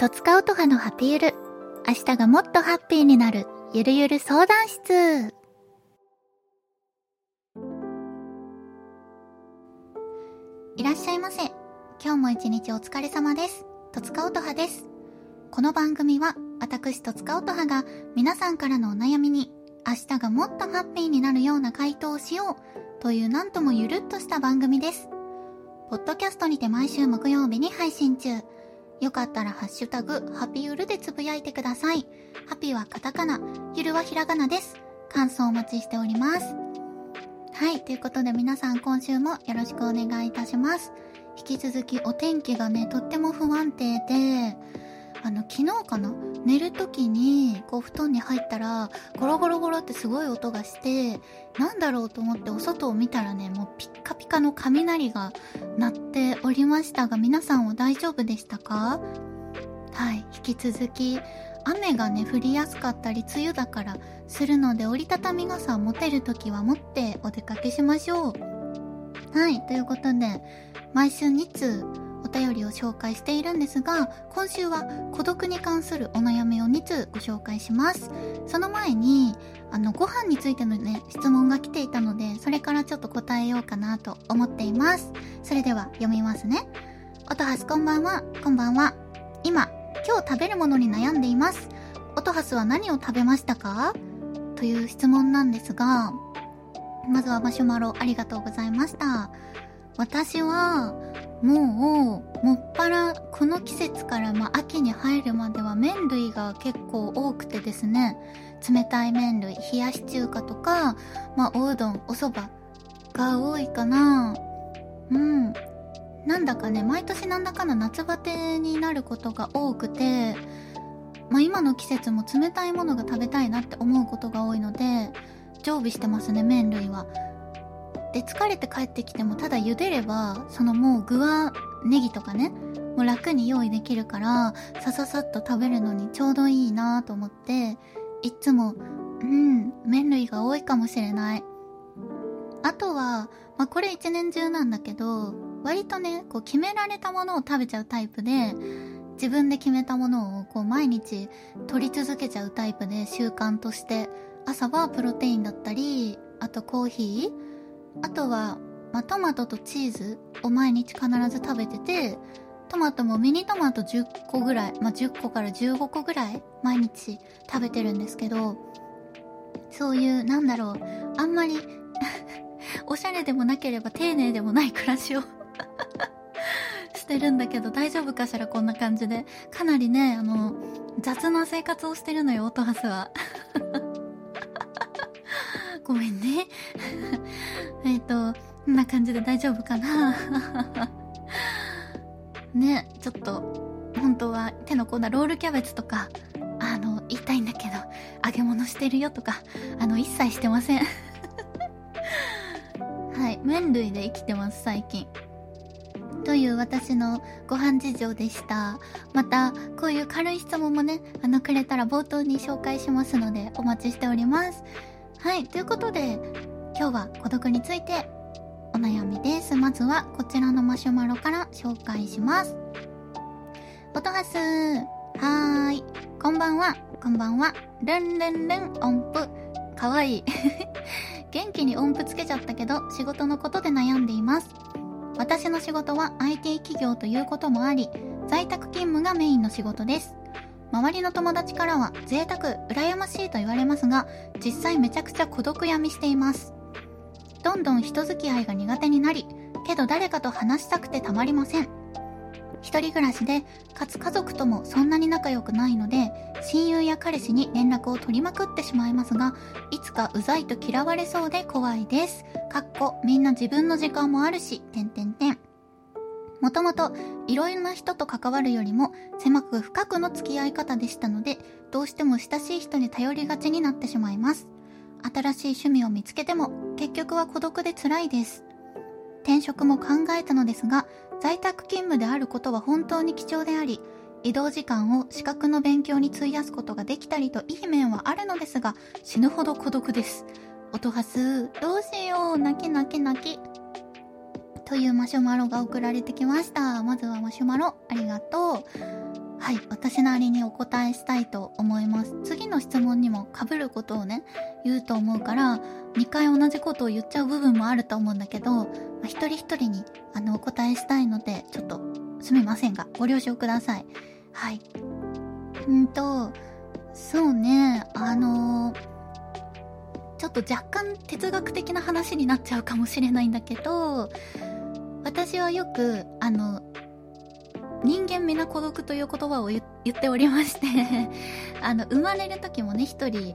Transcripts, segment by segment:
とつかおとはのハピゆる。明日がもっとハッピーになるゆるゆる相談室。いらっしゃいませ。今日も一日お疲れ様です。とつかおとはです。この番組は私とつかおとはが皆さんからのお悩みに明日がもっとハッピーになるような回答をしようというなんともゆるっとした番組です。ポッドキャストにて毎週木曜日に配信中。よかったらハッシュタグハピゆるでつぶやいてください。ハピはカタカナ、ゆるはひらがなです。感想お待ちしております。はい、ということで皆さん今週もよろしくお願いいたします。引き続きお天気がねとっても不安定で、昨日かな、寝る時にこう布団に入ったらゴロゴロゴロってすごい音がして、なんだろうと思ってお外を見たらね、もうピッカピカの雷が鳴っておりましたが、皆さんは大丈夫でしたか？はい、引き続き雨がね降りやすかったり梅雨だからするので、折りたたみ傘を持てる時は持ってお出かけしましょう。はい、ということで毎週2通お便りを紹介しているんですが、今週は孤独に関するお悩みを2通ご紹介します。その前にご飯についてのね質問が来ていたので、それからちょっと答えようかなと思っています。それでは読みますね。おとはすこんばんは。こんばんは。今日食べるものに悩んでいます。おとはすは何を食べましたか？という質問なんですが、まずはマシュマロありがとうございました。私はもっぱらこの季節から秋に入るまでは麺類が結構多くてですね、冷たい麺類、冷やし中華とか、おうどん、お蕎麦が多いかな。なんだかね、毎年なんだかの夏バテになることが多くて、今の季節も冷たいものが食べたいなって思うことが多いので、常備してますね、麺類は。で、疲れて帰ってきてもただ茹でれば、そのもう具はネギとかね、もう楽に用意できるから、さささっと食べるのにちょうどいいなと思って、いつも、麺類が多いかもしれない。あとは、これ一年中なんだけど、割とね、こう決められたものを食べちゃうタイプで、自分で決めたものをこう毎日取り続けちゃうタイプで、習慣として、朝はプロテインだったり、あとコーヒー、あとは、トマトとチーズを毎日必ず食べてて、トマトもミニトマト10個ぐらい、10個から15個ぐらい毎日食べてるんですけど、そういうあんまりおしゃれでもなければ丁寧でもない暮らしをしてるんだけど、大丈夫かしら、こんな感じで。かなりね、雑な生活をしてるのよ、オトハスは。ごめんね。こんな感じで大丈夫かな。ね、ちょっと本当は手の込んだロールキャベツとか言いたいんだけど、揚げ物してるよとか一切してません。はい、麺類で生きてます最近という私のご飯事情でした。またこういう軽い質問もねくれたら冒頭に紹介しますのでお待ちしております。はい、ということで今日は孤独についてお悩みです。まずはこちらのマシュマロから紹介します。おとはすー、はーい、こんばんは。こんばんは。ルンルンルン音符かわいい。元気に音符つけちゃったけど、仕事のことで悩んでいます。私の仕事は IT 企業ということもあり、在宅勤務がメインの仕事です。周りの友達からは贅沢、羨ましいと言われますが、実際めちゃくちゃ孤独病みしています。どんどん人付き合いが苦手になり、けど誰かと話したくてたまりません。一人暮らしで、かつ家族ともそんなに仲良くないので、親友や彼氏に連絡を取りまくってしまいますが、いつかうざいと嫌われそうで怖いです。みんな自分の時間もあるし、もともといろいろな人と関わるよりも狭く深くの付き合い方でしたので、どうしても親しい人に頼りがちになってしまいます。新しい趣味を見つけても結局は孤独で辛いです。転職も考えたのですが、在宅勤務であることは本当に貴重であり、移動時間を資格の勉強に費やすことができたりといい面はあるのですが、死ぬほど孤独です。おとはす、どうしよう、泣きというマシュマロが送られてきました。まずはマシュマロありがとう。 はい、私なりにお答えしたいと思います。次の質問にも被ることをね、言うと思うから、2回同じことを言っちゃう部分もあると思うんだけど、一人一人にお答えしたいので、ちょっとすみませんが、ご了承ください。はい。そうね、ちょっと若干哲学的な話になっちゃうかもしれないんだけど、私はよく、人間皆孤独という言葉を言っておりまして生まれる時もね、一人、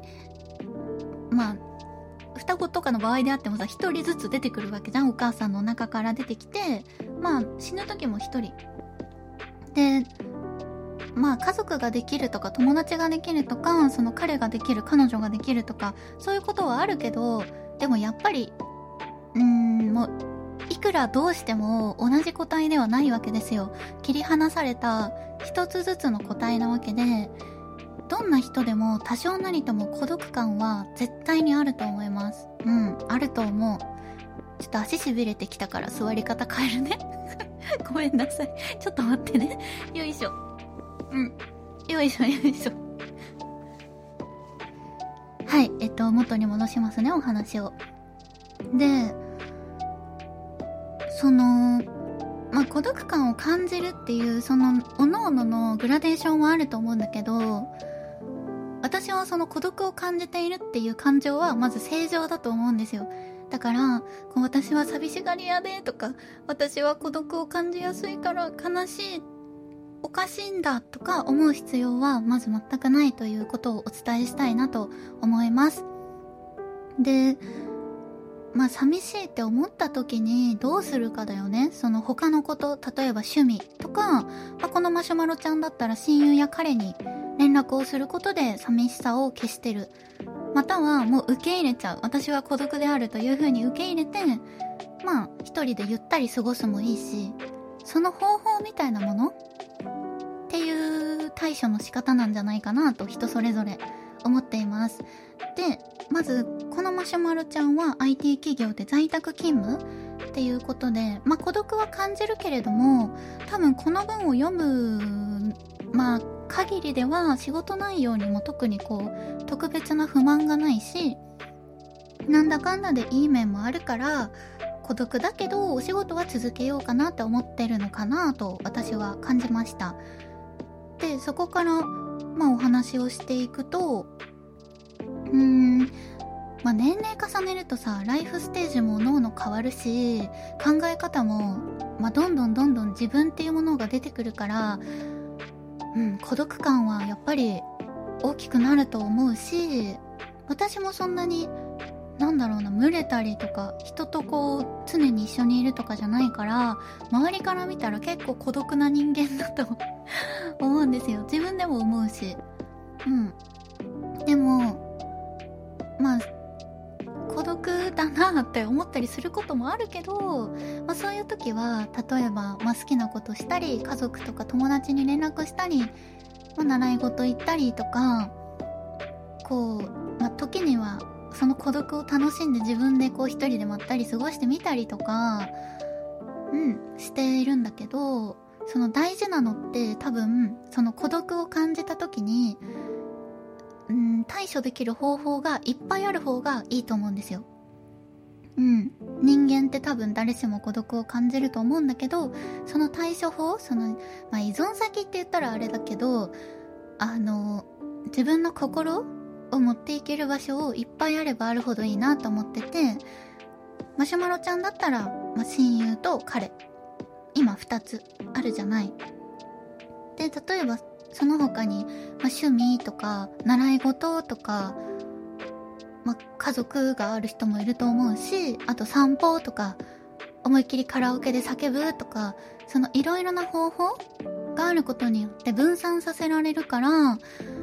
双子とかの場合であってもさ、一人ずつ出てくるわけじゃん。お母さんの中から出てきて、死ぬ時も一人で、家族ができるとか友達ができるとか、その彼ができる彼女ができるとか、そういうことはあるけど、でもやっぱりもういくらどうしても同じ個体ではないわけですよ。切り離された一つずつの個体なわけで、どんな人でも多少なりとも孤独感は絶対にあると思います。あると思う。ちょっと足しびれてきたから座り方変えるねごめんなさい、ちょっと待ってね。よいしょ。よいしょよいしょ。はい、元に戻しますね、お話を。で、孤独感を感じるっていう、各々のグラデーションはあると思うんだけど、私はその孤独を感じているっていう感情はまず正常だと思うんですよ。だから、私は寂しがり屋でとか、私は孤独を感じやすいから悲しい、おかしいんだとか思う必要はまず全くないということをお伝えしたいなと思います。で、寂しいって思った時にどうするかだよね。その他のこと、例えば趣味とか、このマシュマロちゃんだったら親友や彼に連絡をすることで寂しさを消してる。またはもう受け入れちゃう。私は孤独であるという風に受け入れて、一人でゆったり過ごすもいいし、その方法みたいなものっていう対処の仕方なんじゃないかなと人それぞれ思っています。で、まずこのマシュマロちゃんは IT 企業で在宅勤務っていうことで、孤独は感じるけれども、多分この文を読む限りでは仕事内容にも特に特別な不満がないし、なんだかんだでいい面もあるから、孤独だけどお仕事は続けようかなって思ってるのかなと私は感じました。で、そこからお話をしていくと、年齢重ねるとさ、ライフステージも脳の変わるし、考え方も、どんどん自分っていうものが出てくるから、孤独感はやっぱり大きくなると思うし、私もそんなに、群れたりとか、人と常に一緒にいるとかじゃないから、周りから見たら結構孤独な人間だと思うんですよ。自分でも思うし。でも、孤独だなって思ったりすることもあるけど、そういう時は例えば、好きなことしたり、家族とか友達に連絡したり、習い事行ったりとか、時にはその孤独を楽しんで自分で一人でまったり過ごしてみたりとかしているんだけど、その大事なのって多分その孤独を感じた時に対処できる方法がいっぱいある方がいいと思うんですよ。人間って多分誰しも孤独を感じると思うんだけど、その対処法、依存先って言ったらあれだけど、自分の心を持っていける場所をいっぱいあればあるほどいいなと思ってて、マシュマロちゃんだったら、親友と彼、今2つあるじゃない。で、例えばその他に、趣味とか習い事とか、家族がある人もいると思うし、あと散歩とか、思いっきりカラオケで叫ぶとか、そのいろいろな方法があることによって分散させられるから、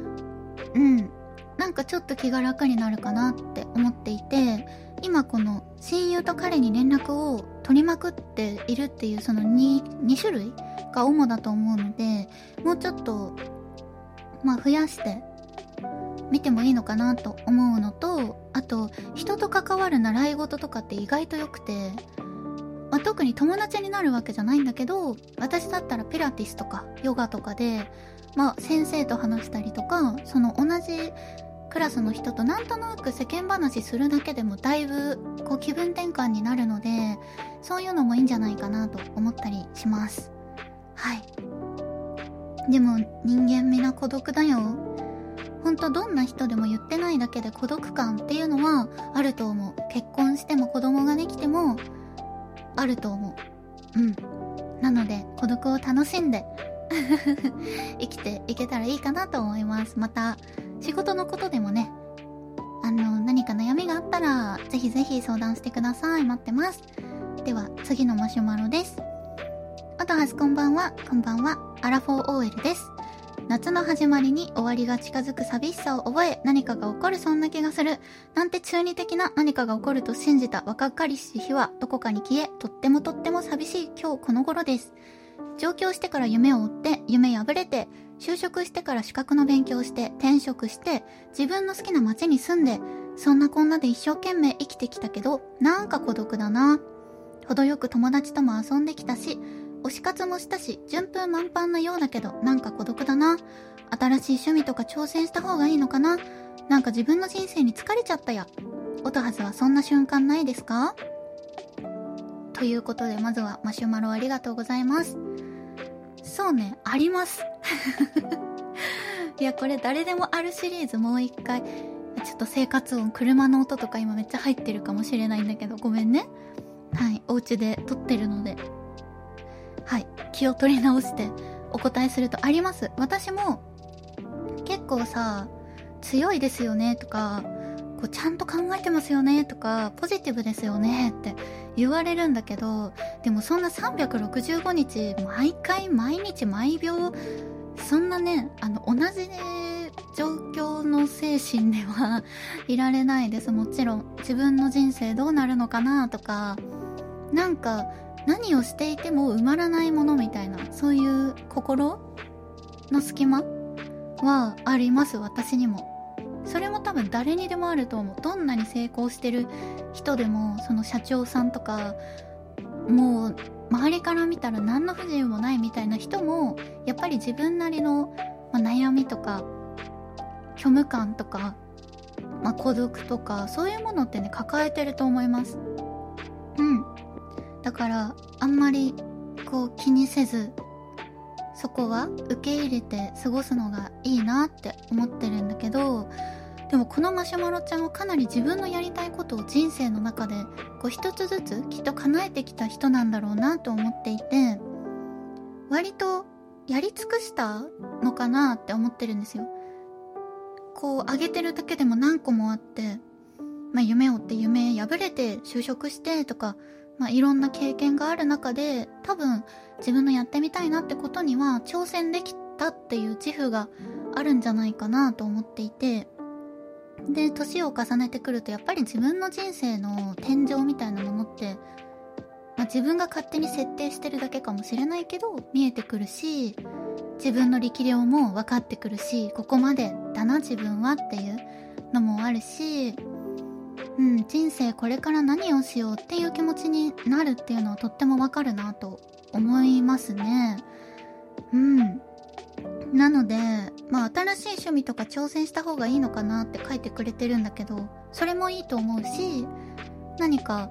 ちょっと気が楽になるかなって思っていて、今この親友と彼に連絡を取りまくっているっていうその 2種類が主だと思うので、もうちょっと増やして見てもいいのかなと思うのと、あと人と関わる習い事とかって意外と良くて、 特に友達になるわけじゃないんだけど、私だったらピラティスとかヨガとかで、先生と話したりとか、その同じクラスの人となんとなく世間話するだけでもだいぶこう気分転換になるので、そういうのもいいんじゃないかなと思ったりします。はい。でも人間みんな孤独だよ。ほんとどんな人でも言ってないだけで孤独感っていうのはあると思う。結婚しても子供ができてもあると思う。なので孤独を楽しんで生きていけたらいいかなと思います。また仕事のことでもね、何か悩みがあったらぜひぜひ相談してください。待ってます。では次のマシュマロです。あとはすこんばんは。こんばんは。アラフォー OL です。夏の始まりに終わりが近づく寂しさを覚え、何かが起こるそんな気がするなんて中二的な何かが起こると信じた若かりし日はどこかに消え、とっても寂しい今日この頃です。上京してから夢を追って、夢破れて、就職してから資格の勉強して、転職して、自分の好きな街に住んで、そんなこんなで一生懸命生きてきたけど、なんか孤独だな。程よく友達とも遊んできたし、推し活もしたし、順風満帆なようだけど、なんか孤独だな。新しい趣味とか挑戦した方がいいのかな。なんか自分の人生に疲れちゃったや。音はずはそんな瞬間ないですか？ということで、まずはマシュマロありがとうございます。そうね、あります。いや、これ誰でもあるシリーズもう一回。ちょっと生活音、車の音とか今めっちゃ入ってるかもしれないんだけど、ごめんね。はい、お家で撮ってるので。はい、気を取り直してお答えすると、あります。私も結構さ、強いですよねとか、こうちゃんと考えてますよねとか、ポジティブですよねって言われるんだけど、でもそんな365日毎回毎日毎秒そんなね、同じ状況の精神ではいられないです。もちろん自分の人生どうなるのかなとか、なんか何をしていても埋まらないものみたいな、そういう心の隙間はあります。私にも。それも多分誰にでもあると思う。どんなに成功してる人でも、その社長さんとかもう周りから見たら何の不自由もないみたいな人も、やっぱり自分なりの、悩みとか虚無感とか、孤独とか、そういうものってね、抱えてると思います。だからあんまりこう気にせず、そこは受け入れて過ごすのがいいなって思ってるんだけど、でもこのマシュマロちゃんはかなり自分のやりたいことを人生の中でこう一つずつきっと叶えてきた人なんだろうなと思っていて、割とやり尽くしたのかなって思ってるんですよ。こう上げてるだけでも何個もあって、夢を追って夢破れて就職してとか、いろんな経験がある中で、多分自分のやってみたいなってことには挑戦できたっていう自負があるんじゃないかなと思っていて、で年を重ねてくるとやっぱり自分の人生の天井みたいなものって、自分が勝手に設定してるだけかもしれないけど見えてくるし、自分の力量も分かってくるし、ここまでだな自分はっていうのもあるし、人生これから何をしようっていう気持ちになるっていうのはとってもわかるなと思いますね。なので、新しい趣味とか挑戦した方がいいのかなって書いてくれてるんだけど、それもいいと思うし、何か、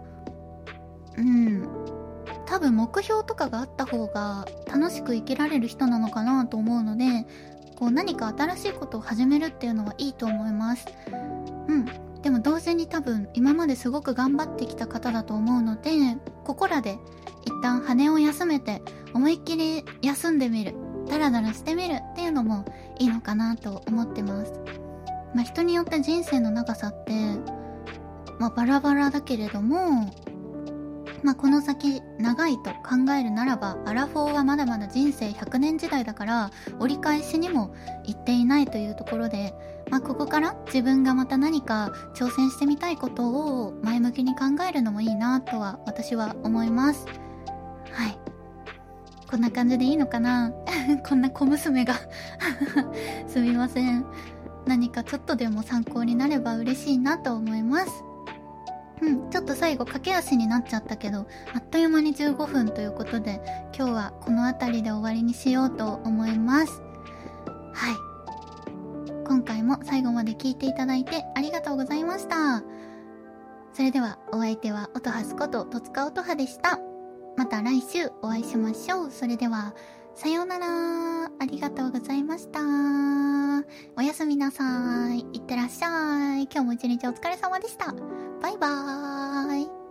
多分目標とかがあった方が楽しく生きられる人なのかなと思うので、こう何か新しいことを始めるっていうのはいいと思います。でも同時に多分今まですごく頑張ってきた方だと思うので、ここらで一旦羽を休めて思いっきり休んでみる、ダラダラしてみるっていうのもいいのかなと思ってます。人によって人生の長さってバラバラだけれども、この先長いと考えるならば、アラフォーはまだまだ人生100年時代だから折り返しにも行っていないというところで、ここから自分がまた何か挑戦してみたいことを前向きに考えるのもいいなとは私は思います。はい、こんな感じでいいのかなこんな小娘がすみません。何かちょっとでも参考になれば嬉しいなと思います。 ちょっと最後駆け足になっちゃったけど、あっという間に15分ということで、今日はこの辺りで終わりにしようと思います。はい。今回も最後まで聞いていただいてありがとうございました。それではお相手は音羽こと戸塚音羽でした。また来週お会いしましょう。それではさようなら。ありがとうございました。おやすみなさい。いってらっしゃい。今日も一日お疲れ様でした。バイバーイ。